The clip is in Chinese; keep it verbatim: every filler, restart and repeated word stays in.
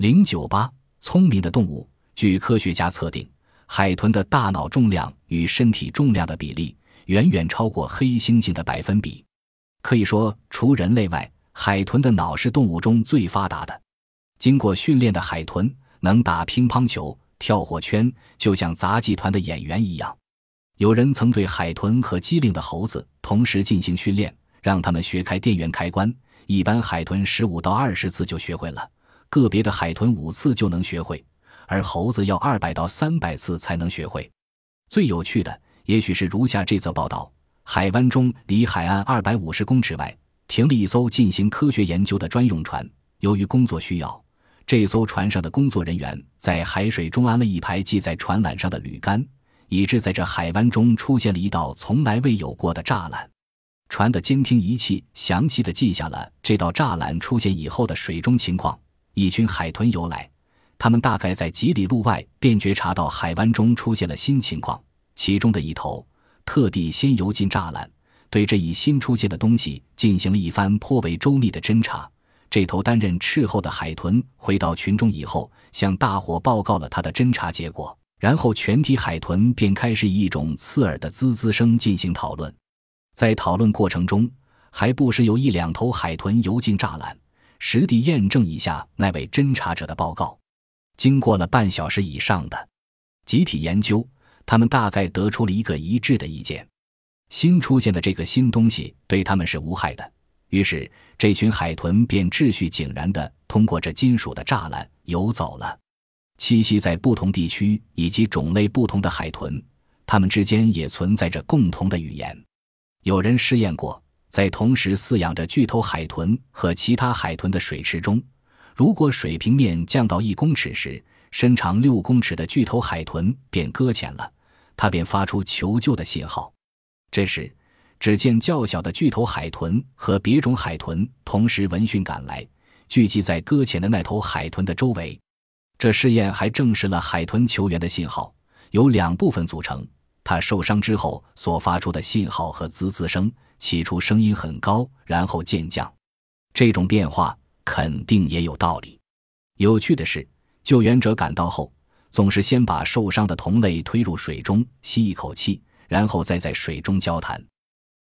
零九八聪明的动物。据科学家测定，海豚的大脑重量与身体重量的比例远远超过黑猩猩的百分比。可以说，除人类外，海豚的脑是动物中最发达的。经过训练的海豚能打乒乓球、跳火圈，就像杂技团的演员一样。有人曾对海豚和机灵的猴子同时进行训练，让他们学开电源开关。一般海豚十五到二十次就学会了，个别的海豚五次就能学会，而猴子要二百到三百次才能学会。最有趣的也许是如下这则报道：海湾中离海岸二百五十公尺外停了一艘进行科学研究的专用船，由于工作需要，这艘船上的工作人员在海水中安了一排系在船缆上的铝杆，以致在这海湾中出现了一道从来未有过的栅栏。船的监听仪器详细地记下了这道栅栏出现以后的水中情况。一群海豚游来，他们大概在几里路外便觉察到海湾中出现了新情况，其中的一头特地先游进栅栏，对这一新出现的东西进行了一番颇为周密的侦查。这头担任斥候的海豚回到群中以后，向大伙报告了他的侦查结果，然后全体海豚便开始以一种刺耳的滋滋声进行讨论。在讨论过程中，还不时有一两头海豚游进栅栏，实地验证一下那位侦查者的报告。经过了半小时以上的集体研究，他们大概得出了一个一致的意见：新出现的这个新东西对他们是无害的。于是这群海豚便秩序井然地通过这金属的栅栏游走了。栖息在不同地区以及种类不同的海豚，它们之间也存在着共同的语言。有人试验过，在同时饲养着巨头海豚和其他海豚的水池中，如果水平面降到一公尺时，身长六公尺的巨头海豚便搁浅了，它便发出求救的信号。这时只见较小的巨头海豚和别种海豚同时闻讯赶来，聚集在搁浅的那头海豚的周围。这试验还证实了海豚求援的信号由两部分组成，它受伤之后所发出的信号和滋滋声，起初声音很高，然后渐降。这种变化肯定也有道理。有趣的是，救援者赶到后，总是先把受伤的同类推入水中吸一口气，然后再在水中交谈。